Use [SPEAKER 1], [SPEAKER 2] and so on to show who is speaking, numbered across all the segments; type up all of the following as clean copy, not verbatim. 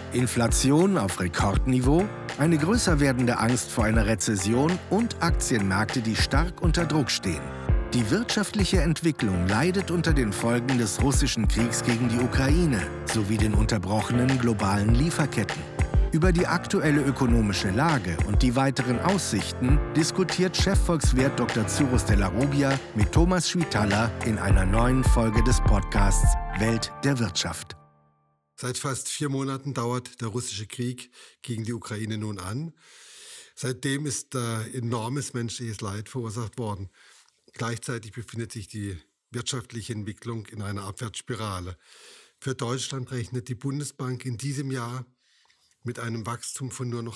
[SPEAKER 1] Inflation auf Rekordniveau, eine größer werdende Angst vor einer Rezession und Aktienmärkte, die stark unter Druck stehen. Die wirtschaftliche Entwicklung leidet unter den Folgen des russischen Kriegs gegen die Ukraine sowie den unterbrochenen globalen Lieferketten. Über die aktuelle ökonomische Lage und die weiteren Aussichten diskutiert Chefvolkswirt Dr. Cyrus Della Robbia mit Thomas Schwitaler in einer neuen Folge des Podcasts Welt der Wirtschaft.
[SPEAKER 2] Seit fast 4 Monaten dauert der russische Krieg gegen die Ukraine nun an. Seitdem ist enormes menschliches Leid verursacht worden. Gleichzeitig befindet sich die wirtschaftliche Entwicklung in einer Abwärtsspirale. Für Deutschland rechnet die Bundesbank in diesem Jahr mit einem Wachstum von nur noch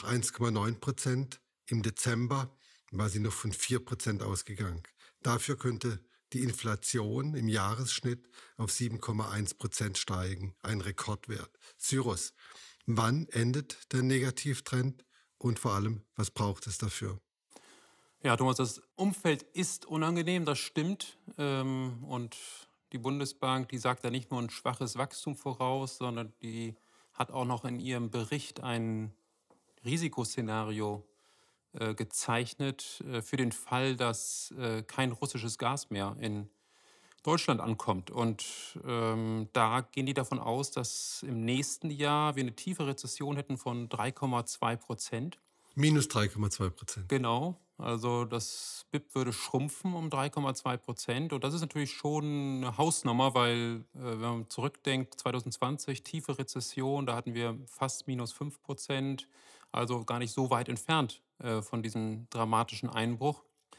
[SPEAKER 2] 1,9%. Im Dezember war sie noch von 4% ausgegangen. Dafür könnte die Inflation im Jahresschnitt auf 7,1% steigen, ein Rekordwert. Cyrus, wann endet der Negativtrend und vor allem, was braucht es dafür?
[SPEAKER 3] Ja, Thomas, das Umfeld ist unangenehm, das stimmt. Und die Bundesbank, die sagt ja nicht nur ein schwaches Wachstum voraus, sondern die hat auch noch in ihrem Bericht ein Risikoszenario gezeichnet für den Fall, dass kein russisches Gas mehr in Deutschland ankommt. Und da gehen die davon aus, dass im nächsten Jahr wir eine tiefe Rezession hätten von 3,2%.
[SPEAKER 2] Minus 3,2%.
[SPEAKER 3] Genau, also das BIP würde schrumpfen um 3,2%. Und das ist natürlich schon eine Hausnummer, weil wenn man zurückdenkt, 2020, tiefe Rezession, da hatten wir fast minus 5%, also gar nicht so weit entfernt von diesem dramatischen Einbruch.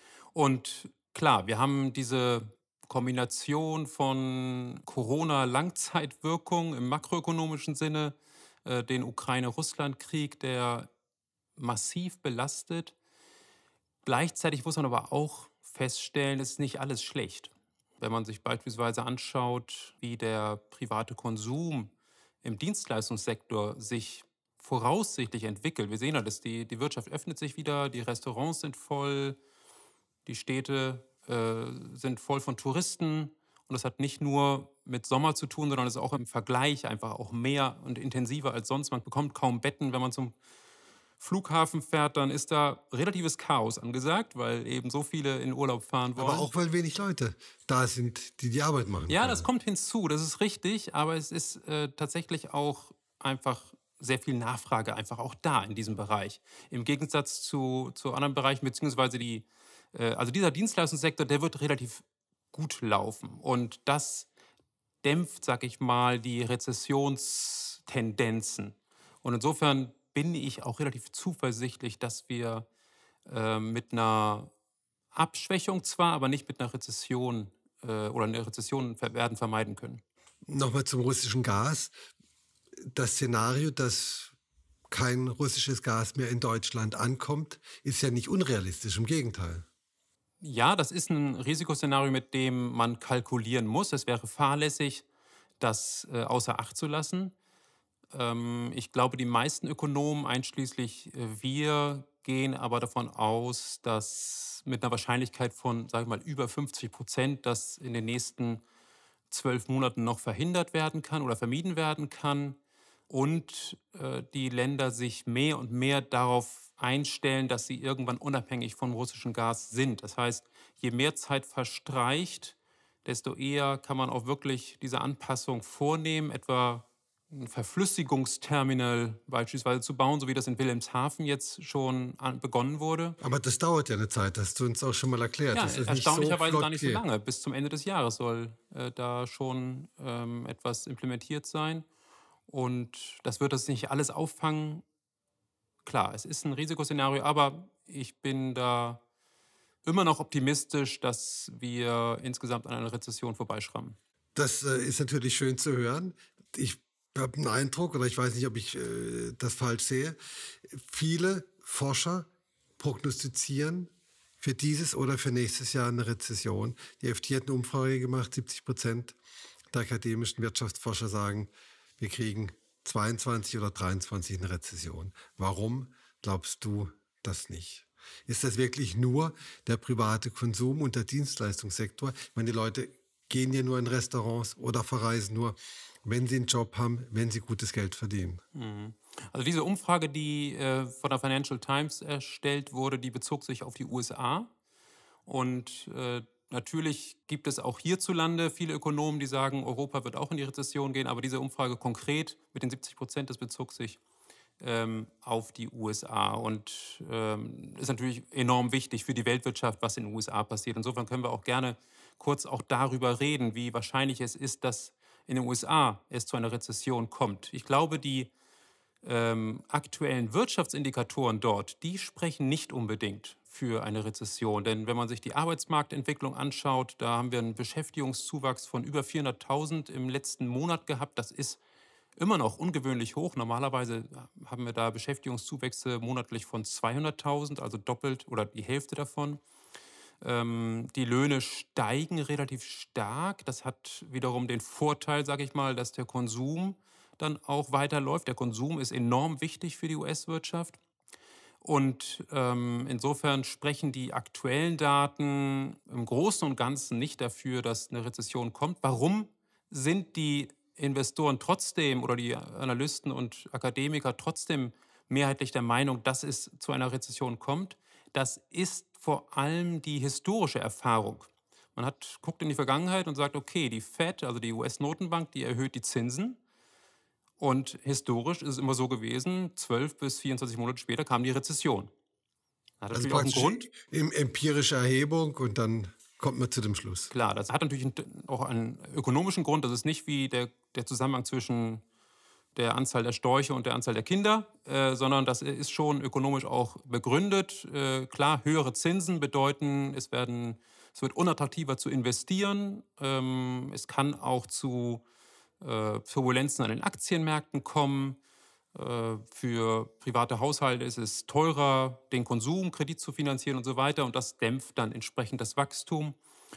[SPEAKER 3] Und klar, wir haben diese Kombination von Corona-Langzeitwirkung im makroökonomischen Sinne, den Ukraine-Russland-Krieg, der massiv belastet. Gleichzeitig muss man aber auch feststellen, es ist nicht alles schlecht. Wenn man sich beispielsweise anschaut, wie der private Konsum im Dienstleistungssektor sich voraussichtlich entwickelt. Wir sehen ja, dass die Wirtschaft öffnet sich wieder, die Restaurants sind voll, die Städte sind voll von Touristen. Und das hat nicht nur mit Sommer zu tun, sondern es ist auch im Vergleich einfach auch mehr und intensiver als sonst. Man bekommt kaum Betten, wenn man zum Flughafen fährt, dann ist da relatives Chaos angesagt, weil eben so viele in Urlaub fahren wollen.
[SPEAKER 2] Aber auch, weil wenig Leute da sind, die die Arbeit machen
[SPEAKER 3] Ja,
[SPEAKER 2] können.
[SPEAKER 3] das kommt hinzu, das ist richtig, aber es ist tatsächlich auch einfach sehr viel Nachfrage einfach auch da in diesem Bereich. Im Gegensatz zu anderen Bereichen, beziehungsweise also dieser Dienstleistungssektor, der wird relativ gut laufen. Und das dämpft, sag ich mal, die Rezessionstendenzen. Und insofern bin ich auch relativ zuversichtlich, dass wir mit einer Abschwächung zwar, aber nicht mit einer Rezession oder eine Rezession werden vermeiden können.
[SPEAKER 2] Nochmal zum russischen Gas. Das Szenario, dass kein russisches Gas mehr in Deutschland ankommt, ist ja nicht unrealistisch, im Gegenteil.
[SPEAKER 3] Ja, das ist ein Risikoszenario, mit dem man kalkulieren muss. Es wäre fahrlässig, das außer Acht zu lassen. Ich glaube, die meisten Ökonomen, einschließlich wir, gehen aber davon aus, dass mit einer Wahrscheinlichkeit von, sage ich mal, über 50%, das in den nächsten 12 Monaten noch verhindert werden kann oder vermieden werden kann. Und die Länder sich mehr und mehr darauf einstellen, dass sie irgendwann unabhängig vom russischen Gas sind. Das heißt, je mehr Zeit verstreicht, desto eher kann man auch wirklich diese Anpassung vornehmen, etwa ein Verflüssigungsterminal beispielsweise zu bauen, so wie das in Wilhelmshaven jetzt schon begonnen wurde.
[SPEAKER 2] Aber das dauert ja eine Zeit, das hast du uns auch schon mal erklärt.
[SPEAKER 3] Ja,
[SPEAKER 2] Das ist
[SPEAKER 3] erstaunlicherweise
[SPEAKER 2] nicht so
[SPEAKER 3] gar nicht so
[SPEAKER 2] flott
[SPEAKER 3] lange. Bis zum Ende des Jahres soll da schon etwas implementiert sein. Und das wird das nicht alles auffangen. Klar, es ist ein Risikoszenario, aber ich bin da immer noch optimistisch, dass wir insgesamt an einer Rezession vorbeischrammen.
[SPEAKER 2] Das ist natürlich schön zu hören. Ich habe einen Eindruck, oder ich weiß nicht, ob ich das falsch sehe, viele Forscher prognostizieren für dieses oder für nächstes Jahr eine Rezession. Die FT hat eine Umfrage gemacht, 70% der akademischen Wirtschaftsforscher sagen, wir kriegen 22 oder 23 eine Rezession. Warum glaubst du das nicht? Ist das wirklich nur der private Konsum und der Dienstleistungssektor? Ich meine, die Leute gehen ja nur in Restaurants oder verreisen nur, wenn sie einen Job haben, wenn sie gutes Geld verdienen.
[SPEAKER 3] Mhm. Also diese Umfrage, die von der Financial Times erstellt wurde, die bezog sich auf die USA. Und natürlich gibt es auch hierzulande viele Ökonomen, die sagen, Europa wird auch in die Rezession gehen. Aber diese Umfrage konkret mit den 70%, das bezog sich auf die USA und ist natürlich enorm wichtig für die Weltwirtschaft, was in den USA passiert. Insofern können wir auch gerne kurz auch darüber reden, wie wahrscheinlich es ist, dass in den USA es zu einer Rezession kommt. Ich glaube, die aktuellen Wirtschaftsindikatoren dort, die sprechen nicht unbedingt für eine Rezession. Denn wenn man sich die Arbeitsmarktentwicklung anschaut, da haben wir einen Beschäftigungszuwachs von über 400.000 im letzten Monat gehabt. Das ist immer noch ungewöhnlich hoch. Normalerweise haben wir da Beschäftigungszuwächse monatlich von 200.000, also doppelt oder die Hälfte davon. Die Löhne steigen relativ stark. Das hat wiederum den Vorteil, sage ich mal, dass der Konsum dann auch weiterläuft. Der Konsum ist enorm wichtig für die US-Wirtschaft. Und insofern sprechen die aktuellen Daten im Großen und Ganzen nicht dafür, dass eine Rezession kommt. Warum sind die Investoren trotzdem oder die Analysten und Akademiker trotzdem mehrheitlich der Meinung, dass es zu einer Rezession kommt? Das ist vor allem die historische Erfahrung. Man guckt in die Vergangenheit und sagt, okay, die Fed, also die US-Notenbank, die erhöht die Zinsen. Und historisch ist es immer so gewesen, 12 bis 24 Monate später kam die Rezession. Hat
[SPEAKER 2] Also
[SPEAKER 3] natürlich auch einen
[SPEAKER 2] praktisch
[SPEAKER 3] Grund.
[SPEAKER 2] empirische Erhebung und dann kommt man zu dem Schluss.
[SPEAKER 3] Klar, das hat natürlich auch einen ökonomischen Grund. Das ist nicht wie der Zusammenhang zwischen der Anzahl der Störche und der Anzahl der Kinder, sondern das ist schon ökonomisch auch begründet. Klar, höhere Zinsen bedeuten, es wird unattraktiver zu investieren. Es kann auch zu Turbulenzen an den Aktienmärkten kommen. Für private Haushalte ist es teurer, den Konsum, Kredit zu finanzieren und so weiter. Und das dämpft dann entsprechend das Wachstum.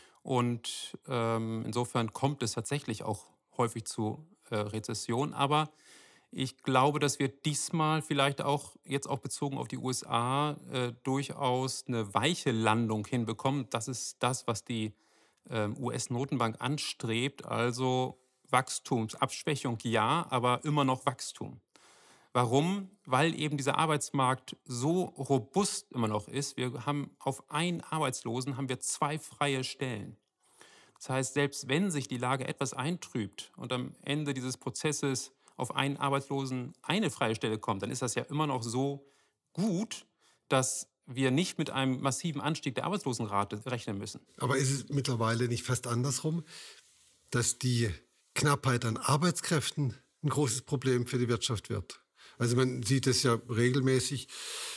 [SPEAKER 3] Und insofern kommt es tatsächlich auch häufig zu Rezession. Aber ich glaube, dass wir diesmal vielleicht auch, jetzt auch bezogen auf die USA, durchaus eine weiche Landung hinbekommen. Das ist das, was die US-Notenbank anstrebt. Also Wachstumsabschwächung ja, aber immer noch Wachstum. Warum? Weil eben dieser Arbeitsmarkt so robust immer noch ist. Wir haben auf einen Arbeitslosen haben wir 2 freie Stellen. Das heißt, selbst wenn sich die Lage etwas eintrübt und am Ende dieses Prozesses auf einen Arbeitslosen eine freie Stelle kommt, dann ist das ja immer noch so gut, dass wir nicht mit einem massiven Anstieg der Arbeitslosenrate rechnen müssen.
[SPEAKER 2] Aber ist es mittlerweile nicht fast andersrum, dass die Knappheit an Arbeitskräften ein großes Problem für die Wirtschaft wird? Also man sieht es ja regelmäßig,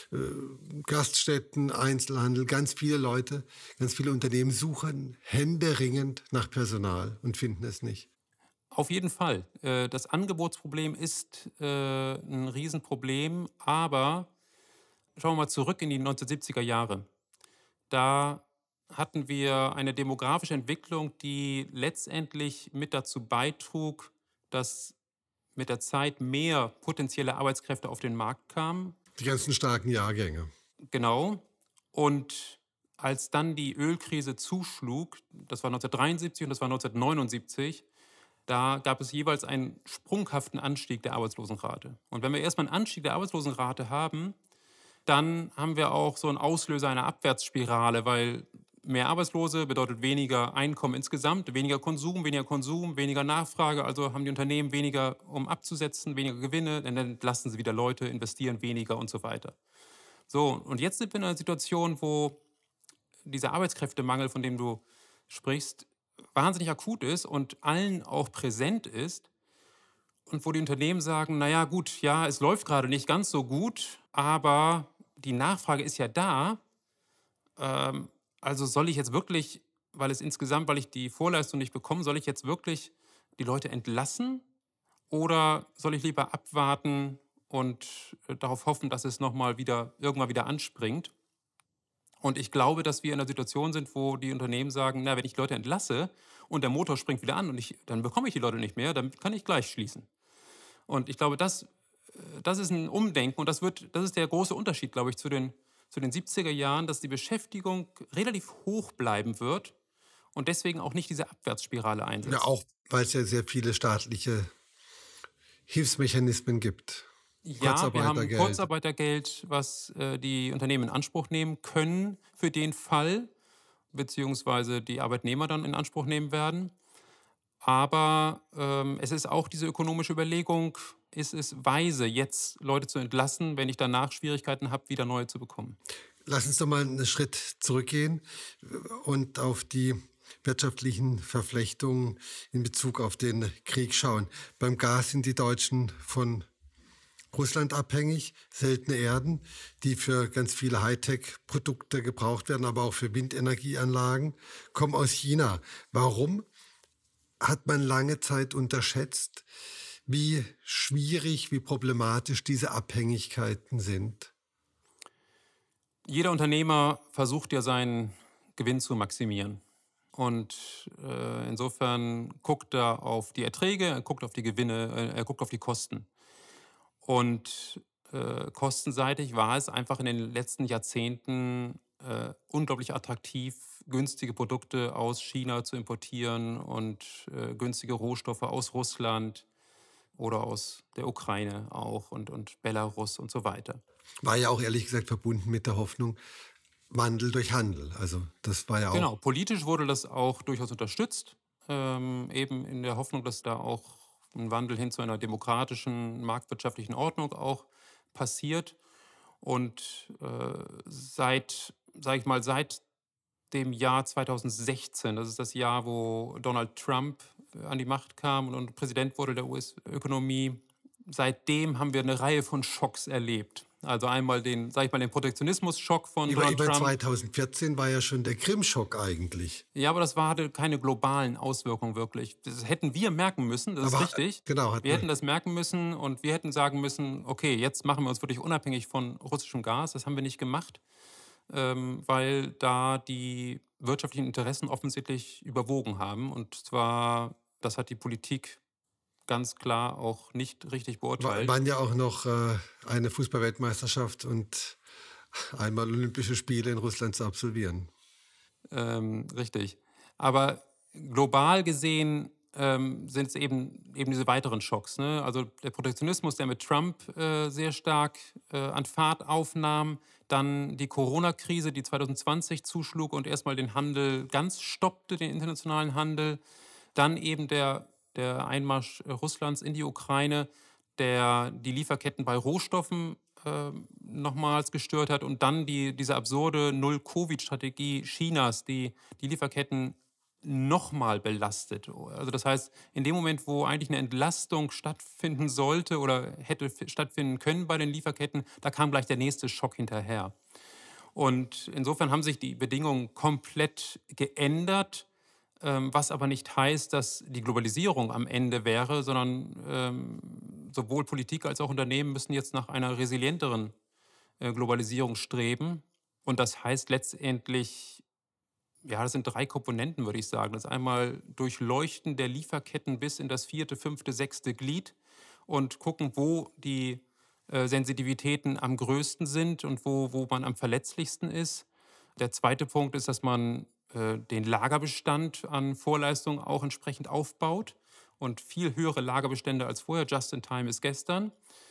[SPEAKER 2] Gaststätten, Einzelhandel, ganz viele Leute, ganz viele Unternehmen suchen händeringend nach Personal und finden es nicht.
[SPEAKER 3] Auf jeden Fall. Das Angebotsproblem ist ein Riesenproblem, aber schauen wir mal zurück in die 1970er Jahre. Da hatten wir eine demografische Entwicklung, die letztendlich mit dazu beitrug, dass mit der Zeit mehr potenzielle Arbeitskräfte auf den Markt kamen.
[SPEAKER 2] Die ganzen starken Jahrgänge.
[SPEAKER 3] Genau. Und als dann die Ölkrise zuschlug, das war 1973 und das war 1979, da gab es jeweils einen sprunghaften Anstieg der Arbeitslosenrate. Und wenn wir erstmal einen Anstieg der Arbeitslosenrate haben, dann haben wir auch so einen Auslöser einer Abwärtsspirale, weil mehr Arbeitslose bedeutet weniger Einkommen insgesamt, weniger Konsum, weniger Nachfrage. Also haben die Unternehmen weniger, um abzusetzen, weniger Gewinne, dann entlassen sie wieder Leute, investieren weniger und so weiter. So, und jetzt sind wir in einer Situation, wo dieser Arbeitskräftemangel, von dem du sprichst, wahnsinnig akut ist und allen auch präsent ist. Und wo die Unternehmen sagen, naja gut, ja, es läuft gerade nicht ganz so gut, aber die Nachfrage ist ja da. Also soll ich jetzt wirklich, weil ich die Vorleistung nicht bekomme, soll ich jetzt wirklich die Leute entlassen? Oder soll ich lieber abwarten und darauf hoffen, dass es irgendwann wieder anspringt? Und ich glaube, dass wir in einer Situation sind, wo die Unternehmen sagen, na, wenn ich Leute entlasse und der Motor springt wieder an und dann bekomme ich die Leute nicht mehr, dann kann ich gleich schließen. Und ich glaube, das ist ein Umdenken und das ist der große Unterschied, glaube ich, zu den 70er Jahren, dass die Beschäftigung relativ hoch bleiben wird und deswegen auch nicht diese Abwärtsspirale
[SPEAKER 2] Ja,
[SPEAKER 3] einsetzt.
[SPEAKER 2] auch weil es ja sehr viele staatliche Hilfsmechanismen gibt.
[SPEAKER 3] Ja, wir haben
[SPEAKER 2] Kurzarbeitergeld.
[SPEAKER 3] Kurzarbeitergeld, was die Unternehmen in Anspruch nehmen können für den Fall, beziehungsweise die Arbeitnehmer dann in Anspruch nehmen werden. Aber es ist auch diese ökonomische Überlegung, ist es weise, jetzt Leute zu entlassen, wenn ich danach Schwierigkeiten habe, wieder neue zu bekommen?
[SPEAKER 2] Lass uns doch mal einen Schritt zurückgehen und auf die wirtschaftlichen Verflechtungen in Bezug auf den Krieg schauen. Beim Gas sind die Deutschen von Russland abhängig, seltene Erden, die für ganz viele Hightech-Produkte gebraucht werden, aber auch für Windenergieanlagen, kommen aus China. Warum hat man lange Zeit unterschätzt, wie schwierig, wie problematisch diese Abhängigkeiten sind?
[SPEAKER 3] Jeder Unternehmer versucht ja seinen Gewinn zu maximieren. Und insofern guckt er auf die Erträge, er guckt auf die Gewinne, er guckt auf die Kosten. Und kostenseitig war es einfach in den letzten Jahrzehnten unglaublich attraktiv, günstige Produkte aus China zu importieren und günstige Rohstoffe aus Russland oder aus der Ukraine auch und Belarus und so weiter.
[SPEAKER 2] War ja auch ehrlich gesagt verbunden mit der Hoffnung, Wandel durch Handel. Also das war ja auch,
[SPEAKER 3] Genau, politisch wurde das auch durchaus unterstützt, eben in der Hoffnung, dass da auch ein Wandel hin zu einer demokratischen, marktwirtschaftlichen Ordnung auch passiert. Und sage ich mal, seit dem Jahr 2016, das ist das Jahr, wo Donald Trump an die Macht kam und Präsident wurde der US-Ökonomie, seitdem haben wir eine Reihe von Schocks erlebt. Also einmal den, sage ich mal, den Protektionismus-Schock von Donald
[SPEAKER 2] über
[SPEAKER 3] Trump.
[SPEAKER 2] 2014 war ja schon der Krim-Schock eigentlich.
[SPEAKER 3] Ja, aber hatte keine globalen Auswirkungen wirklich. Das hätten wir merken müssen, das ist
[SPEAKER 2] Aber
[SPEAKER 3] richtig.
[SPEAKER 2] genau,
[SPEAKER 3] Wir hätten das merken müssen und wir hätten sagen müssen, okay, jetzt machen wir uns wirklich unabhängig von russischem Gas. Das haben wir nicht gemacht, weil da die wirtschaftlichen Interessen offensichtlich überwogen haben. Und zwar, das hat die Politik ganz klar auch nicht richtig beurteilt.
[SPEAKER 2] waren ja auch noch eine Fußballweltmeisterschaft und einmal Olympische Spiele in Russland zu absolvieren.
[SPEAKER 3] Richtig. Aber global gesehen sind es eben diese weiteren Schocks. Ne? Also der Protektionismus, der mit Trump sehr stark an Fahrt aufnahm, dann die Corona-Krise, die 2020 zuschlug und erstmal den Handel ganz stoppte, den internationalen Handel. Dann eben der Einmarsch Russlands in die Ukraine, der die Lieferketten bei Rohstoffen nochmals gestört hat und dann diese absurde Null-Covid-Strategie Chinas, die Lieferketten nochmal belastet. Also das heißt, in dem Moment, wo eigentlich eine Entlastung stattfinden sollte oder hätte stattfinden können bei den Lieferketten, da kam gleich der nächste Schock hinterher. Und insofern haben sich die Bedingungen komplett geändert, was aber nicht heißt, dass die Globalisierung am Ende wäre, sondern sowohl Politik als auch Unternehmen müssen jetzt nach einer resilienteren Globalisierung streben. Und das heißt letztendlich, ja, das sind drei Komponenten, würde ich sagen. Das ist einmal Durchleuchten der Lieferketten bis in das vierte, fünfte, sechste Glied und gucken, wo die Sensitivitäten am größten sind und wo man am verletzlichsten ist. Der zweite Punkt ist, dass man den Lagerbestand an Vorleistungen auch entsprechend aufbaut und viel höhere Lagerbestände als vorher. Just in time ist gestern.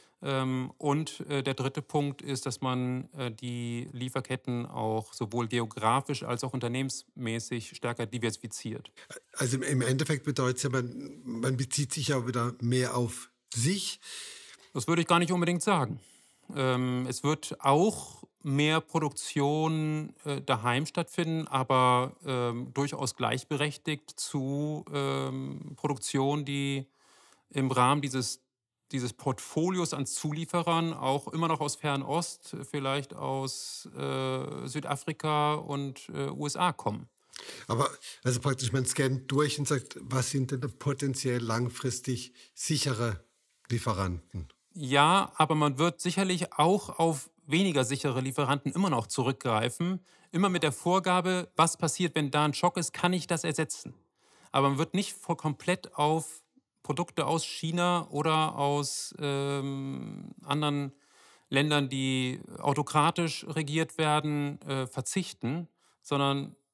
[SPEAKER 3] Und der dritte Punkt ist, dass man die Lieferketten auch sowohl geografisch als auch unternehmensmäßig stärker diversifiziert.
[SPEAKER 2] Also im Endeffekt bedeutet es ja, man bezieht sich ja wieder mehr auf sich.
[SPEAKER 3] Das würde ich gar nicht unbedingt sagen. Es wird auch mehr Produktion daheim stattfinden, aber durchaus gleichberechtigt zu Produktion, die im Rahmen dieses Portfolios an Zulieferern auch immer noch aus Fernost, vielleicht aus Südafrika und USA kommen.
[SPEAKER 2] Aber also praktisch, man scannt durch und sagt, was sind denn potenziell langfristig sichere Lieferanten?
[SPEAKER 3] Ja, aber man wird sicherlich auch auf weniger sichere Lieferanten immer noch zurückgreifen. Immer mit der Vorgabe, was passiert, wenn da ein Schock ist, kann ich das ersetzen. Aber man wird nicht komplett auf Produkte aus China oder aus anderen Ländern, die autokratisch regiert werden, verzichten, sondern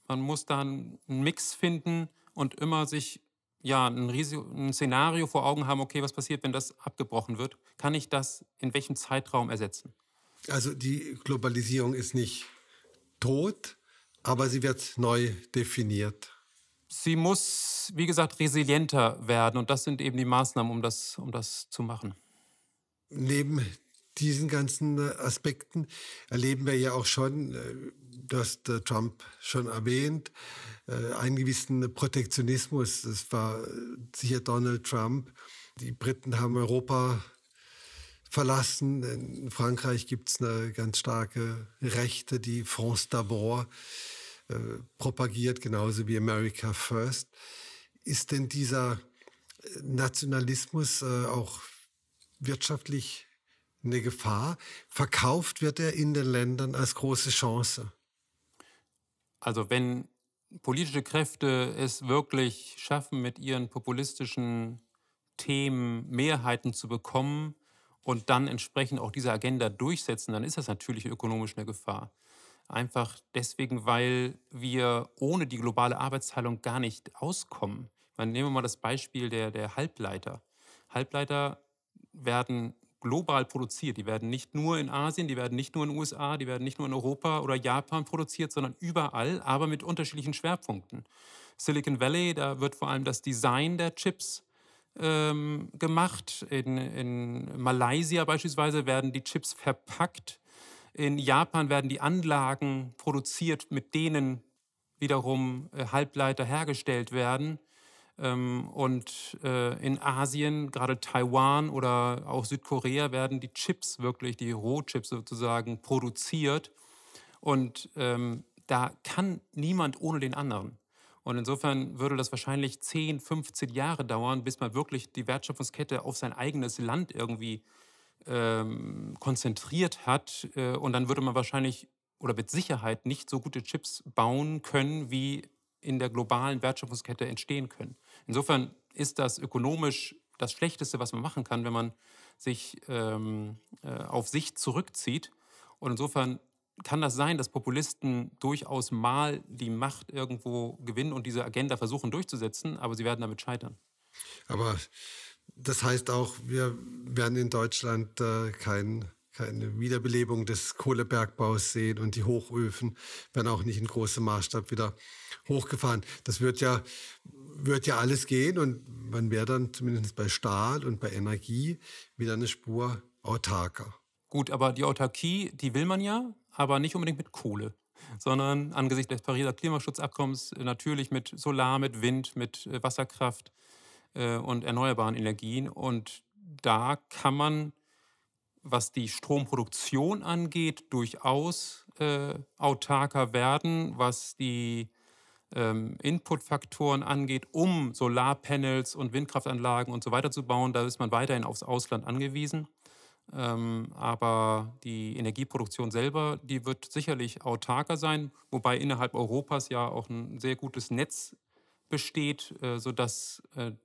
[SPEAKER 3] man muss da einen Mix finden und immer sich ja ein Szenario vor Augen haben, okay, was passiert, wenn das abgebrochen wird? Kann ich das in welchem Zeitraum ersetzen?
[SPEAKER 2] Also die Globalisierung ist nicht tot, aber sie wird neu definiert.
[SPEAKER 3] Sie muss, wie gesagt, resilienter werden und das sind eben die Maßnahmen, um das zu machen.
[SPEAKER 2] Neben diesen ganzen Aspekten erleben wir ja auch schon, du hast Trump schon erwähnt, einen gewissen Protektionismus. Das war sicher Donald Trump. Die Briten haben Europa verlassen. In Frankreich gibt es eine ganz starke Rechte, die France d'abord propagiert, genauso wie America First. Ist denn dieser Nationalismus auch wirtschaftlich eine Gefahr? Verkauft wird er in den Ländern als große Chance.
[SPEAKER 3] Also wenn politische Kräfte es wirklich schaffen, mit ihren populistischen Themen Mehrheiten zu bekommen und dann entsprechend auch diese Agenda durchsetzen, dann ist das natürlich ökonomisch eine Gefahr. Einfach deswegen, weil wir ohne die globale Arbeitsteilung gar nicht auskommen. Nehmen wir mal das Beispiel der Halbleiter. Halbleiter werden global produziert. Die werden nicht nur in Asien, die werden nicht nur in den USA, die werden nicht nur in Europa oder Japan produziert, sondern überall, aber mit unterschiedlichen Schwerpunkten. Silicon Valley, da wird vor allem das Design der Chips gemacht. In Malaysia beispielsweise werden die Chips verpackt. In Japan werden die Anlagen produziert, mit denen wiederum Halbleiter hergestellt werden. Und in Asien, gerade Taiwan oder auch Südkorea, werden die Chips wirklich, die Rohchips sozusagen, produziert. Und da kann niemand ohne den anderen. Und insofern würde das wahrscheinlich 10, 15 Jahre dauern, bis man wirklich die Wertschöpfungskette auf sein eigenes Land irgendwie konzentriert hat. Und dann würde man wahrscheinlich oder mit Sicherheit nicht so gute Chips bauen können, wie in der globalen Wertschöpfungskette entstehen können. Insofern ist das ökonomisch das Schlechteste, was man machen kann, wenn man sich auf sich zurückzieht. Und insofern kann das sein, dass Populisten durchaus mal die Macht irgendwo gewinnen und diese Agenda versuchen durchzusetzen, aber sie werden damit scheitern.
[SPEAKER 2] Aber das heißt auch, wir werden in Deutschland keine Wiederbelebung des Kohlebergbaus sehen und die Hochöfen werden auch nicht in großem Maßstab wieder hochgefahren. Das wird ja alles gehen und man wäre dann zumindest bei Stahl und bei Energie wieder eine Spur autarker.
[SPEAKER 3] Gut, aber die Autarkie, die will man ja, aber nicht unbedingt mit Kohle, sondern angesichts des Pariser Klimaschutzabkommens natürlich mit Solar, mit Wind, mit Wasserkraft und erneuerbaren Energien. Und da kann man, was die Stromproduktion angeht, durchaus autarker werden, was die Inputfaktoren angeht, um Solarpanels und Windkraftanlagen und so weiter zu bauen. Da ist man weiterhin aufs Ausland angewiesen. Aber die Energieproduktion selber, die wird sicherlich autarker sein, wobei innerhalb Europas ja auch ein sehr gutes Netz besteht, sodass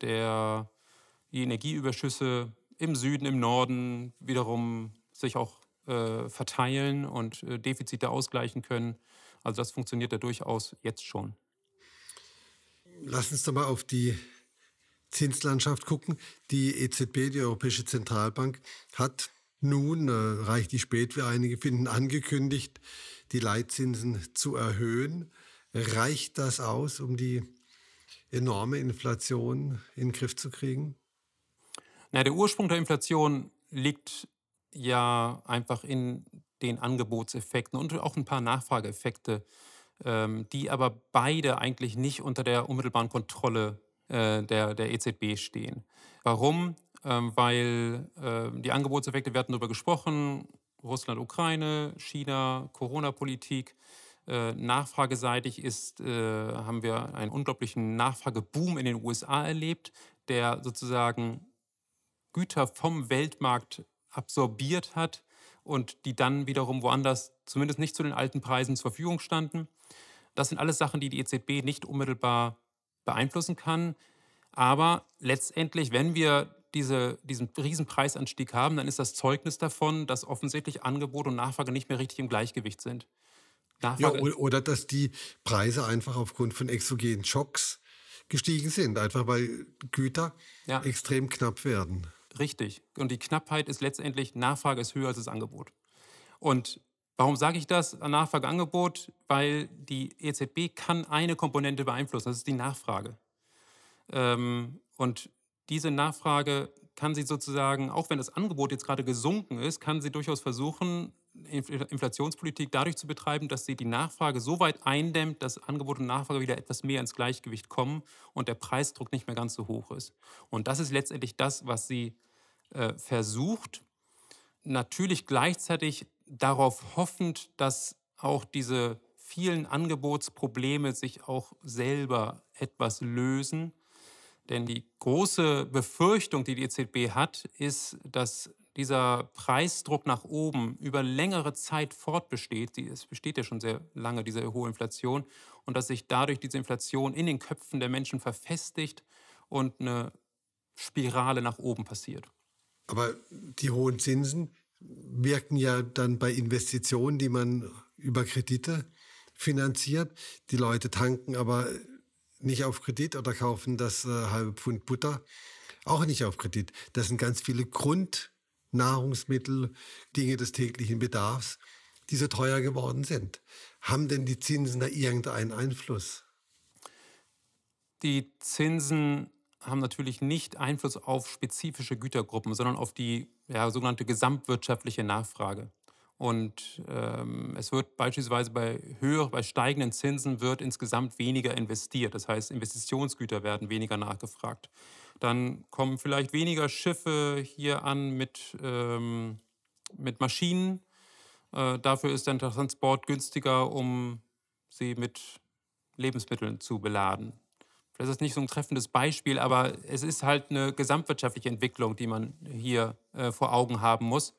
[SPEAKER 3] die Energieüberschüsse im Süden, im Norden wiederum sich auch verteilen und Defizite ausgleichen können. Also das funktioniert ja durchaus jetzt schon.
[SPEAKER 2] Lass uns doch mal auf die Zinslandschaft gucken. Die EZB, die Europäische Zentralbank, hat nun, reichlich spät wie einige finden, angekündigt, die Leitzinsen zu erhöhen. Reicht das aus, um die enorme Inflation in den Griff zu kriegen?
[SPEAKER 3] Na, der Ursprung der Inflation liegt ja einfach in den Angebotseffekten und auch ein paar Nachfrageeffekte, die aber beide eigentlich nicht unter der unmittelbaren Kontrolle der EZB stehen. Warum? Weil die Angebotseffekte, wir hatten darüber gesprochen, Russland, Ukraine, China, Corona-Politik. Nachfrageseitig haben wir einen unglaublichen Nachfrageboom in den USA erlebt, der sozusagen Güter vom Weltmarkt absorbiert hat und die dann wiederum woanders zumindest nicht zu den alten Preisen zur Verfügung standen. Das sind alles Sachen, die die EZB nicht unmittelbar beeinflussen kann. Aber letztendlich, wenn wir diesen riesen Preisanstieg haben, dann ist das Zeugnis davon, dass offensichtlich Angebot und Nachfrage nicht mehr richtig im Gleichgewicht sind.
[SPEAKER 2] Ja,
[SPEAKER 3] Nachfrage.
[SPEAKER 2] oder dass die Preise einfach aufgrund von exogenen Schocks gestiegen sind, einfach weil Güter
[SPEAKER 3] Ja,
[SPEAKER 2] extrem knapp werden.
[SPEAKER 3] richtig. Und die Knappheit ist letztendlich, Nachfrage ist höher als das Angebot. Und warum sage ich das, Nachfrage, Angebot? Weil die EZB kann eine Komponente beeinflussen, das ist die Nachfrage. Und diese Nachfrage kann sie sozusagen, auch wenn das Angebot jetzt gerade gesunken ist, kann sie durchaus versuchen, Inflationspolitik dadurch zu betreiben, dass sie die Nachfrage so weit eindämmt, dass Angebot und Nachfrage wieder etwas mehr ins Gleichgewicht kommen und der Preisdruck nicht mehr ganz so hoch ist. Und das ist letztendlich das, was sie versucht. Natürlich gleichzeitig darauf hoffend, dass auch diese vielen Angebotsprobleme sich auch selber etwas lösen. Denn die große Befürchtung, die die EZB hat, ist, dass dieser Preisdruck nach oben über längere Zeit fortbesteht. Es besteht ja schon sehr lange, diese hohe Inflation, und dass sich dadurch diese Inflation in den Köpfen der Menschen verfestigt und eine Spirale nach oben passiert.
[SPEAKER 2] Aber die hohen Zinsen wirken ja dann bei Investitionen, die man über Kredite finanziert. Die Leute tanken aber nicht auf Kredit oder kaufen das halbe Pfund Butter auch nicht auf Kredit. Das sind ganz viele Grundnahrungsmittel, Dinge des täglichen Bedarfs, die so teuer geworden sind. Haben denn die Zinsen da irgendeinen Einfluss?
[SPEAKER 3] Die Zinsen haben natürlich nicht Einfluss auf spezifische Gütergruppen, sondern auf die sogenannte gesamtwirtschaftliche Nachfrage. Und es wird beispielsweise bei steigenden Zinsen wird insgesamt weniger investiert. Das heißt, Investitionsgüter werden weniger nachgefragt. Dann kommen vielleicht weniger Schiffe hier an mit Maschinen. Dafür ist dann der Transport günstiger, um sie mit Lebensmitteln zu beladen. Das ist nicht so ein treffendes Beispiel, aber es ist halt eine gesamtwirtschaftliche Entwicklung, die man hier vor Augen haben muss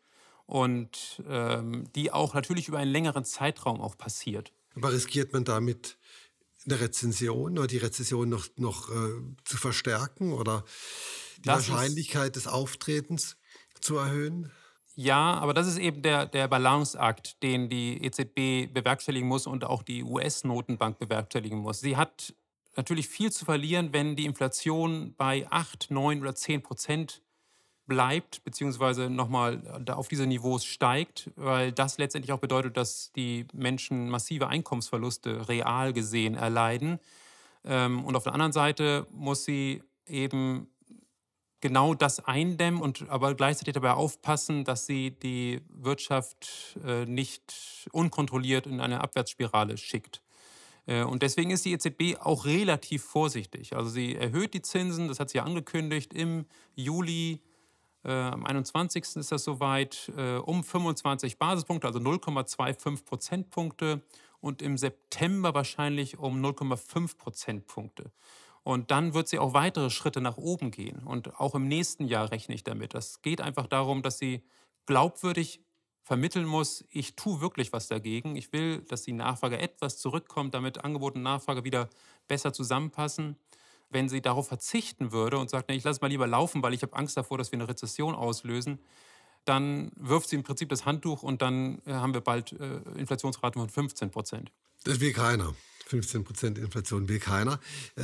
[SPEAKER 3] und die auch natürlich über einen längeren Zeitraum auch passiert.
[SPEAKER 2] Aber riskiert man damit eine Rezession oder die Rezession noch zu verstärken oder die
[SPEAKER 3] Das ist,
[SPEAKER 2] Wahrscheinlichkeit des Auftretens zu erhöhen?
[SPEAKER 3] ja, aber das ist eben der Balanceakt, den die EZB bewerkstelligen muss und auch die US-Notenbank bewerkstelligen muss. Sie hat natürlich viel zu verlieren, wenn die Inflation bei 8, 9 oder 10% bleibt, beziehungsweise nochmal auf diese Niveaus steigt, weil das letztendlich auch bedeutet, dass die Menschen massive Einkommensverluste real gesehen erleiden. Und auf der anderen Seite muss sie eben genau das eindämmen und aber gleichzeitig dabei aufpassen, dass sie die Wirtschaft nicht unkontrolliert in eine Abwärtsspirale schickt. Und deswegen ist die EZB auch relativ vorsichtig. Also sie erhöht die Zinsen, das hat sie ja angekündigt, im Juli, am 21. ist das soweit, um 25 Basispunkte, also 0,25 Prozentpunkte, und im September wahrscheinlich um 0,5 Prozentpunkte. Und dann wird sie auch weitere Schritte nach oben gehen. Und auch im nächsten Jahr rechne ich damit. Das geht einfach darum, dass sie glaubwürdig vermitteln muss, ich tue wirklich was dagegen. Ich will, dass die Nachfrage etwas zurückkommt, damit Angebot und Nachfrage wieder besser zusammenpassen. Wenn sie darauf verzichten würde und sagt, nee, ich lasse es mal lieber laufen, weil ich habe Angst davor, dass wir eine Rezession auslösen, dann wirft sie im Prinzip das Handtuch und dann haben wir bald Inflationsraten von 15%.
[SPEAKER 2] Das will keiner. 15% Inflation will keiner.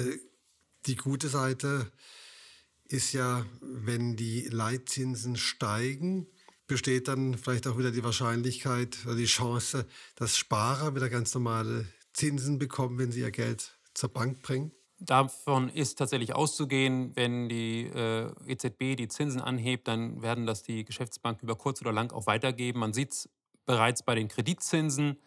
[SPEAKER 2] Die gute Seite ist ja, wenn die Leitzinsen steigen, besteht dann vielleicht auch wieder die Wahrscheinlichkeit oder die Chance, dass Sparer wieder ganz normale Zinsen bekommen, wenn sie ihr Geld zur Bank bringen.
[SPEAKER 3] Davon ist tatsächlich auszugehen, wenn die EZB die Zinsen anhebt, dann werden das die Geschäftsbanken über kurz oder lang auch weitergeben. Man sieht es bereits bei den Kreditzinsen.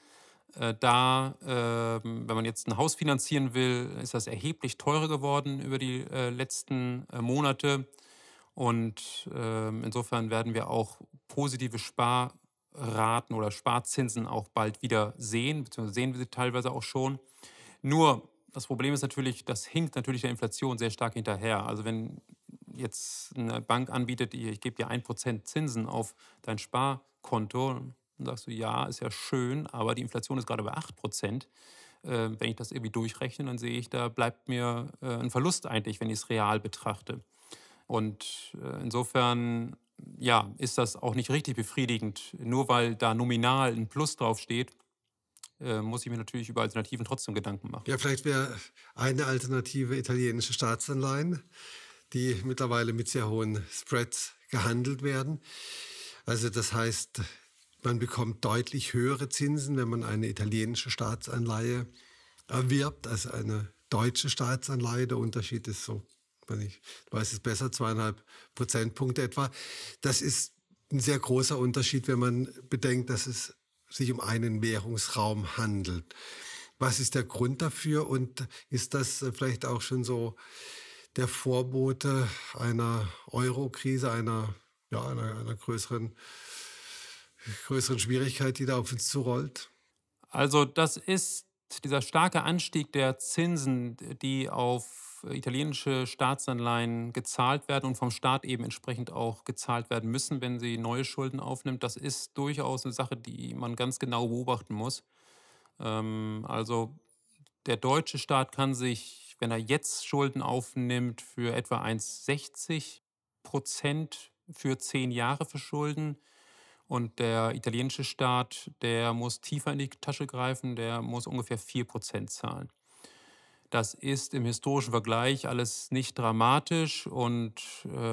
[SPEAKER 3] Wenn man jetzt ein Haus finanzieren will, ist das erheblich teurer geworden über die letzten Monate. Und insofern werden wir auch positive Sparraten oder Sparzinsen auch bald wieder sehen, beziehungsweise sehen wir sie teilweise auch schon. Nur das Problem ist natürlich, das hinkt natürlich der Inflation sehr stark hinterher. Also wenn jetzt eine Bank anbietet, ich gebe dir 1% Zinsen auf dein Sparkonto, dann sagst du, ja, ist ja schön, aber die Inflation ist gerade bei 8%. Wenn ich das irgendwie durchrechne, dann sehe ich, da bleibt mir ein Verlust eigentlich, wenn ich es real betrachte. Und insofern ist das auch nicht richtig befriedigend. Nur weil da nominal ein Plus draufsteht, muss ich mir natürlich über Alternativen trotzdem Gedanken machen.
[SPEAKER 2] Ja, vielleicht wäre eine Alternative italienische Staatsanleihen, die mittlerweile mit sehr hohen Spreads gehandelt werden. Also das heißt, man bekommt deutlich höhere Zinsen, wenn man eine italienische Staatsanleihe erwirbt als eine deutsche Staatsanleihe. Der Unterschied ist so, ich weiß es besser, 2,5 Prozentpunkte etwa. Das ist ein sehr großer Unterschied, wenn man bedenkt, dass es sich um einen Währungsraum handelt. Was ist der Grund dafür und ist das vielleicht auch schon so der Vorbote einer Euro-Krise, einer größeren Schwierigkeit, die da auf uns zurollt?
[SPEAKER 3] Also das ist dieser starke Anstieg der Zinsen, die auf italienische Staatsanleihen gezahlt werden und vom Staat eben entsprechend auch gezahlt werden müssen, wenn sie neue Schulden aufnimmt. Das ist durchaus eine Sache, die man ganz genau beobachten muss. Also der deutsche Staat kann sich, wenn er jetzt Schulden aufnimmt, für etwa 1,60% für 10 Jahre verschulden. Und der italienische Staat, der muss tiefer in die Tasche greifen, der muss ungefähr 4% zahlen. Das ist im historischen Vergleich alles nicht dramatisch und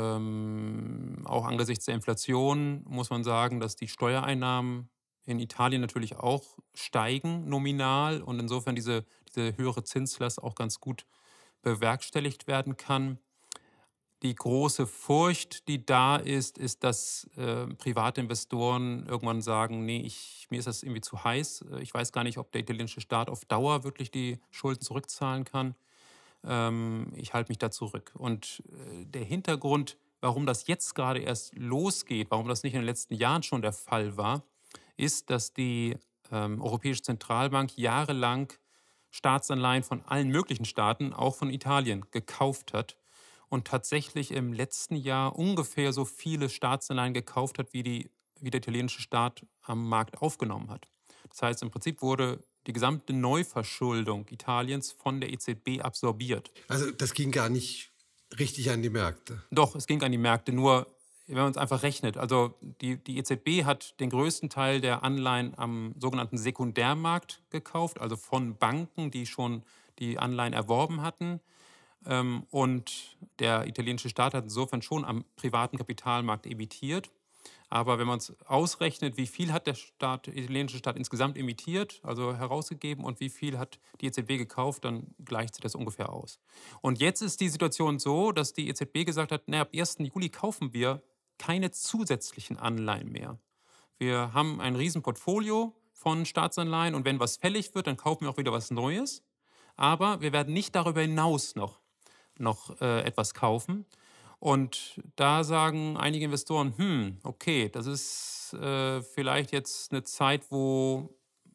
[SPEAKER 3] auch angesichts der Inflation muss man sagen, dass die Steuereinnahmen in Italien natürlich auch steigen nominal und insofern diese höhere Zinslast auch ganz gut bewerkstelligt werden kann. Die große Furcht, die da ist, dass private Investoren irgendwann sagen, nee, mir ist das irgendwie zu heiß. Ich weiß gar nicht, ob der italienische Staat auf Dauer wirklich die Schulden zurückzahlen kann. Ich halte mich da zurück. Und der Hintergrund, warum das jetzt gerade erst losgeht, warum das nicht in den letzten Jahren schon der Fall war, ist, dass die Europäische Zentralbank jahrelang Staatsanleihen von allen möglichen Staaten, auch von Italien, gekauft hat und tatsächlich im letzten Jahr ungefähr so viele Staatsanleihen gekauft hat, wie der italienische Staat am Markt aufgenommen hat. Das heißt, im Prinzip wurde die gesamte Neuverschuldung Italiens von der EZB absorbiert.
[SPEAKER 2] Also das ging gar nicht richtig an die Märkte.
[SPEAKER 3] Doch, es ging an die Märkte, nur wenn man es einfach rechnet. Also die EZB hat den größten Teil der Anleihen am sogenannten Sekundärmarkt gekauft, also von Banken, die schon die Anleihen erworben hatten. Und der italienische Staat hat insofern schon am privaten Kapitalmarkt emittiert. Aber wenn man es ausrechnet, wie viel hat der italienische Staat insgesamt emittiert, also herausgegeben, und wie viel hat die EZB gekauft, dann gleicht sich das ungefähr aus. Und jetzt ist die Situation so, dass die EZB gesagt hat, ab 1. Juli kaufen wir keine zusätzlichen Anleihen mehr. Wir haben ein Riesenportfolio von Staatsanleihen und wenn was fällig wird, dann kaufen wir auch wieder was Neues. Aber wir werden nicht darüber hinaus noch etwas kaufen. Und da sagen einige Investoren, okay, das ist vielleicht jetzt eine Zeit, wo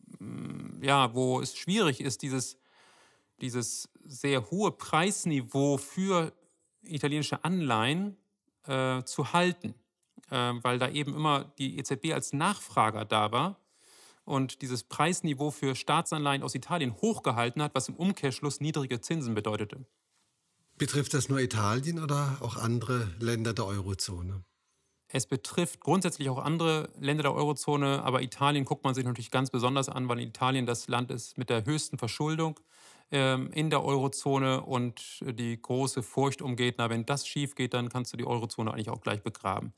[SPEAKER 3] es schwierig ist, dieses sehr hohe Preisniveau für italienische Anleihen zu halten, weil da eben immer die EZB als Nachfrager da war und dieses Preisniveau für Staatsanleihen aus Italien hochgehalten hat, was im Umkehrschluss niedrige Zinsen bedeutete.
[SPEAKER 2] Betrifft das nur Italien oder auch andere Länder der Eurozone?
[SPEAKER 3] Es betrifft grundsätzlich auch andere Länder der Eurozone, aber Italien guckt man sich natürlich ganz besonders an, weil Italien das Land ist mit der höchsten Verschuldung in der Eurozone und die große Furcht umgeht, wenn das schief geht, dann kannst du die Eurozone eigentlich auch gleich begraben.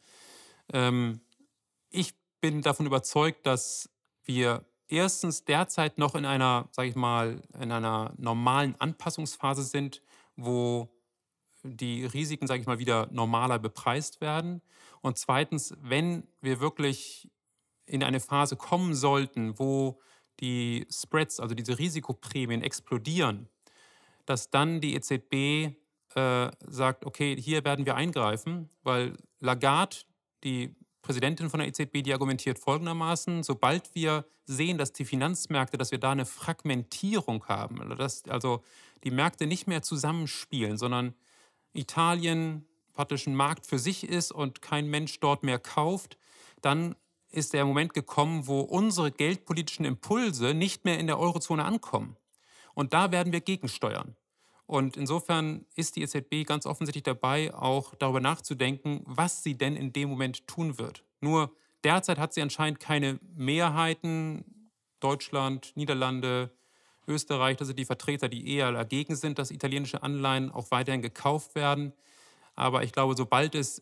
[SPEAKER 3] Ich bin davon überzeugt, dass wir erstens derzeit noch in einer, sage ich mal, in einer normalen Anpassungsphase sind, wo die Risiken, sage ich mal, wieder normaler bepreist werden. Und zweitens, wenn wir wirklich in eine Phase kommen sollten, wo die Spreads, also diese Risikoprämien explodieren, dass dann die EZB sagt, okay, hier werden wir eingreifen, weil Lagarde, die Präsidentin von der EZB, die argumentiert folgendermaßen: Sobald wir sehen, dass die Finanzmärkte, dass wir da eine Fragmentierung haben, dass also die Märkte nicht mehr zusammenspielen, sondern Italien praktisch ein Markt für sich ist und kein Mensch dort mehr kauft, dann ist der Moment gekommen, wo unsere geldpolitischen Impulse nicht mehr in der Eurozone ankommen. Und da werden wir gegensteuern. Und insofern ist die EZB ganz offensichtlich dabei, auch darüber nachzudenken, was sie denn in dem Moment tun wird. Nur derzeit hat sie anscheinend keine Mehrheiten Deutschland, Niederlande, Österreich, das sind die Vertreter, die eher dagegen sind, dass italienische Anleihen auch weiterhin gekauft werden. Aber ich glaube, sobald es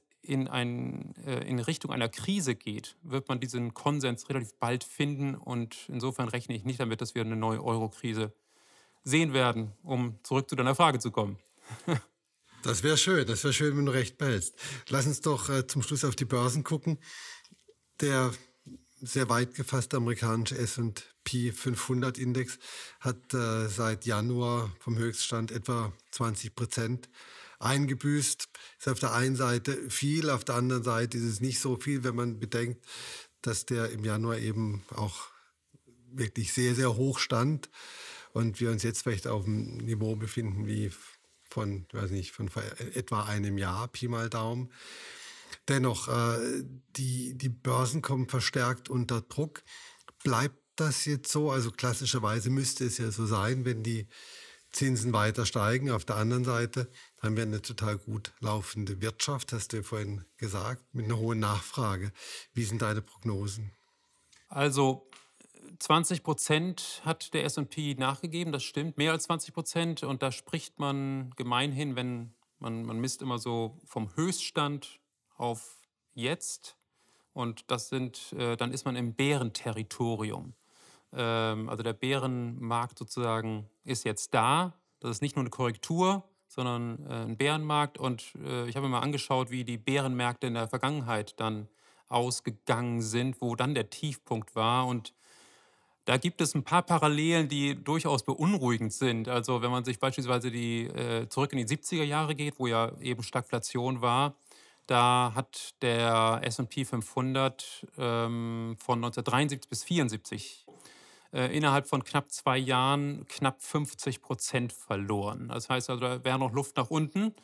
[SPEAKER 3] in Richtung einer Krise geht, wird man diesen Konsens relativ bald finden. Und insofern rechne ich nicht damit, dass wir eine neue Euro-Krise sehen werden, um zurück zu deiner Frage zu kommen.
[SPEAKER 2] Das wäre schön, wenn du recht behältst. Lass uns doch zum Schluss auf die Börsen gucken. Der sehr weit gefasste amerikanische S&P 500 Index hat seit Januar vom Höchststand etwa 20% eingebüßt. Ist auf der einen Seite viel, auf der anderen Seite ist es nicht so viel, wenn man bedenkt, dass der im Januar eben auch wirklich sehr, sehr hoch stand und wir uns jetzt vielleicht auf einem Niveau befinden wie von, weiß nicht, von vor etwa einem Jahr, Pi mal Daumen. Dennoch, die Börsen kommen verstärkt unter Druck. Bleibt das jetzt so? Also klassischerweise müsste es ja so sein, wenn die Zinsen weiter steigen. Auf der anderen Seite haben wir eine total gut laufende Wirtschaft, hast du ja vorhin gesagt, mit einer hohen Nachfrage. Wie sind deine Prognosen?
[SPEAKER 3] Also 20% hat der S&P nachgegeben, das stimmt, mehr als 20%. Und da spricht man gemeinhin, wenn man misst immer so vom Höchststand auf jetzt. Und dann ist man im Bärenterritorium. Also der Bärenmarkt sozusagen ist jetzt da. Das ist nicht nur eine Korrektur, sondern ein Bärenmarkt. Und ich habe mir mal angeschaut, wie die Bärenmärkte in der Vergangenheit dann ausgegangen sind, wo dann der Tiefpunkt war. Und da gibt es ein paar Parallelen, die durchaus beunruhigend sind. Also wenn man sich beispielsweise zurück in die 70er Jahre geht, wo ja eben Stagflation war, da hat der S&P 500 von 1973 bis 1974 innerhalb von knapp 2 Jahren knapp 50% verloren. Das heißt also, da wäre noch Luft nach unten.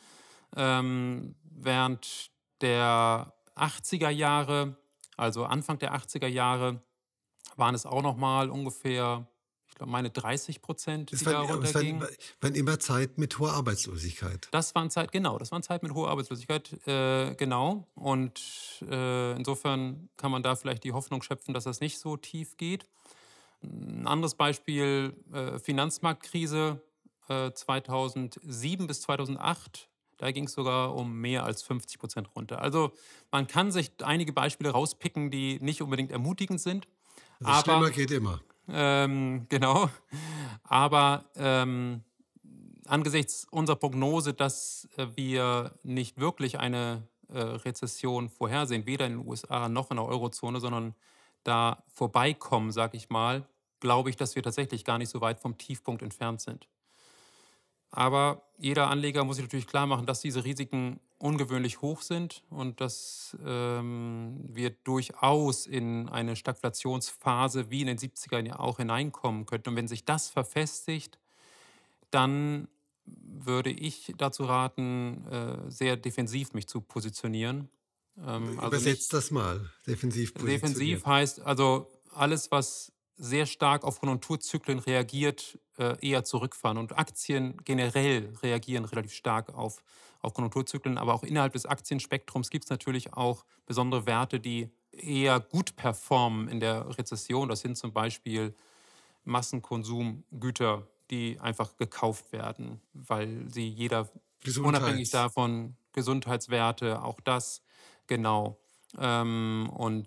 [SPEAKER 3] Während der 80er Jahre, also Anfang der 80er Jahre, waren es auch noch mal ungefähr, ich glaube, meine 30%, die da runtergingen.
[SPEAKER 2] Waren immer Zeit mit hoher Arbeitslosigkeit.
[SPEAKER 3] Das waren Zeiten mit hoher Arbeitslosigkeit, genau. Und insofern kann man da vielleicht die Hoffnung schöpfen, dass das nicht so tief geht. Ein anderes Beispiel, Finanzmarktkrise 2007 bis 2008. Da ging es sogar um mehr als 50% runter. Also man kann sich einige Beispiele rauspicken, die nicht unbedingt ermutigend sind.
[SPEAKER 2] Also schlimmer geht immer.
[SPEAKER 3] Genau. Aber angesichts unserer Prognose, dass wir nicht wirklich eine Rezession vorhersehen, weder in den USA noch in der Eurozone, sondern da vorbeikommen, sage ich mal, glaube ich, dass wir tatsächlich gar nicht so weit vom Tiefpunkt entfernt sind. Aber jeder Anleger muss sich natürlich klar machen, dass diese Risiken ungewöhnlich hoch sind und dass wir durchaus in eine Stagflationsphase wie in den 70ern ja auch hineinkommen könnten. Und wenn sich das verfestigt, dann würde ich dazu raten, sehr defensiv mich zu positionieren.
[SPEAKER 2] Übersetzt das mal, defensiv positionieren.
[SPEAKER 3] Defensiv heißt also alles, was sehr stark auf Konjunkturzyklen reagiert, eher zurückfahren. Und Aktien generell reagieren relativ stark auf Konjunkturzyklen. Aber auch innerhalb des Aktienspektrums gibt es natürlich auch besondere Werte, die eher gut performen in der Rezession. Das sind zum Beispiel Massenkonsumgüter, die einfach gekauft werden, weil sie jeder unabhängig davon, Gesundheitswerte, auch das, genau. Dann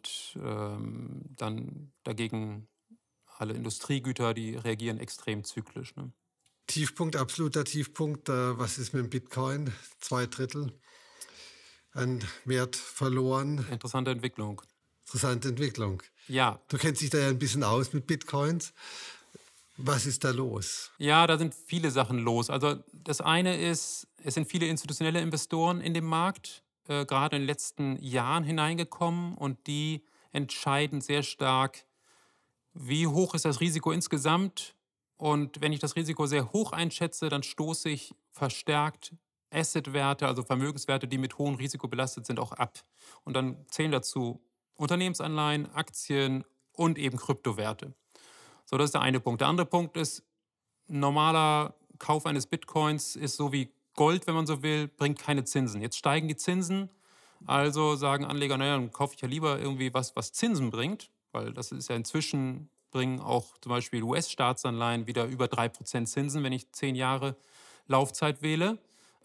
[SPEAKER 3] dagegen alle Industriegüter, die reagieren extrem zyklisch. Ne?
[SPEAKER 2] Tiefpunkt, absoluter Tiefpunkt. Was ist mit dem Bitcoin? 2/3 an Wert verloren.
[SPEAKER 3] Interessante Entwicklung.
[SPEAKER 2] Interessante Entwicklung.
[SPEAKER 3] Ja.
[SPEAKER 2] Du kennst dich da ja ein bisschen aus mit Bitcoins. Was ist da los?
[SPEAKER 3] Ja, da sind viele Sachen los. Also das eine ist, es sind viele institutionelle Investoren in dem Markt, gerade in den letzten Jahren hineingekommen und die entscheiden sehr stark, wie hoch ist das Risiko insgesamt. Und wenn ich das Risiko sehr hoch einschätze, dann stoße ich verstärkt Assetwerte, also Vermögenswerte, die mit hohem Risiko belastet sind, auch ab. Und dann zählen dazu Unternehmensanleihen, Aktien und eben Kryptowerte. So, das ist der eine Punkt. Der andere Punkt ist, normaler Kauf eines Bitcoins ist so wie Gold, wenn man so will, bringt keine Zinsen. Jetzt steigen die Zinsen, also sagen Anleger, naja, dann kaufe ich ja lieber irgendwie was Zinsen bringt, weil das ist ja inzwischen bringen auch zum Beispiel US-Staatsanleihen wieder über 3% Zinsen, wenn ich 10 Jahre Laufzeit wähle.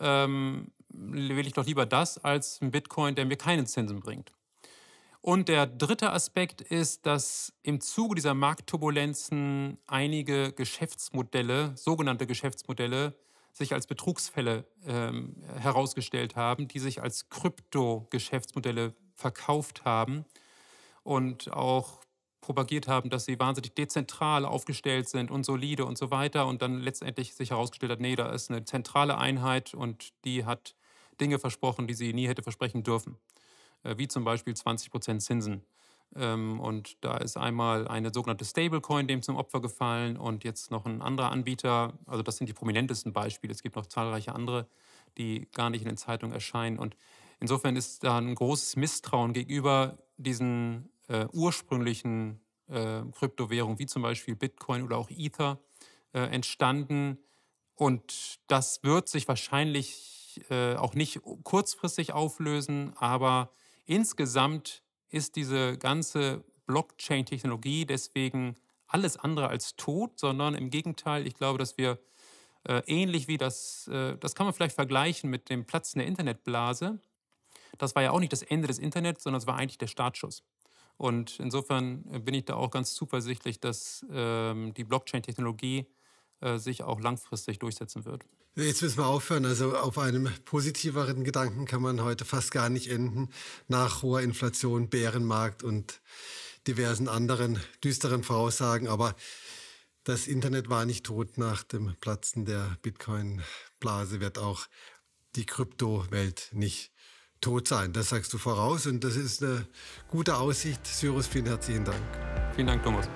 [SPEAKER 3] Wähle ich doch lieber das als einen Bitcoin, der mir keine Zinsen bringt. Und der dritte Aspekt ist, dass im Zuge dieser Marktturbulenzen einige Geschäftsmodelle, sogenannte Geschäftsmodelle, sich als Betrugsfälle herausgestellt haben, die sich als Krypto-Geschäftsmodelle verkauft haben und auch propagiert haben, dass sie wahnsinnig dezentral aufgestellt sind und solide und so weiter. Und dann letztendlich sich herausgestellt hat, nee, da ist eine zentrale Einheit und die hat Dinge versprochen, die sie nie hätte versprechen dürfen. Wie zum Beispiel 20% Zinsen. Und da ist einmal eine sogenannte Stablecoin dem zum Opfer gefallen und jetzt noch ein anderer Anbieter. Also das sind die prominentesten Beispiele. Es gibt noch zahlreiche andere, die gar nicht in den Zeitungen erscheinen. Und insofern ist da ein großes Misstrauen gegenüber diesen ursprünglichen Kryptowährungen, wie zum Beispiel Bitcoin oder auch Ether, entstanden. Und das wird sich wahrscheinlich auch nicht kurzfristig auflösen, aber insgesamt ist diese ganze Blockchain-Technologie deswegen alles andere als tot, sondern im Gegenteil, ich glaube, dass wir ähnlich wie das kann man vielleicht vergleichen mit dem Platzen der Internetblase. Das war ja auch nicht das Ende des Internets, sondern es war eigentlich der Startschuss. Und insofern bin ich da auch ganz zuversichtlich, dass die Blockchain-Technologie sich auch langfristig durchsetzen wird.
[SPEAKER 2] Jetzt müssen wir aufhören. Also auf einem positiveren Gedanken kann man heute fast gar nicht enden. Nach hoher Inflation, Bärenmarkt und diversen anderen düsteren Voraussagen. Aber das Internet war nicht tot. Nach dem Platzen der Bitcoin-Blase wird auch die Kryptowelt nicht tot sein. Das sagst du voraus und das ist eine gute Aussicht. Cyrus, vielen herzlichen Dank.
[SPEAKER 3] Vielen Dank, Thomas.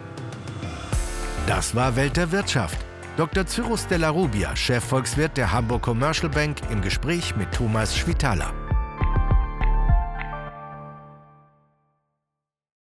[SPEAKER 1] Das war Welt der Wirtschaft. Dr. Cyrus Della Rubia, Chefvolkswirt der Hamburg Commercial Bank, im Gespräch mit Thomas Schwitaler.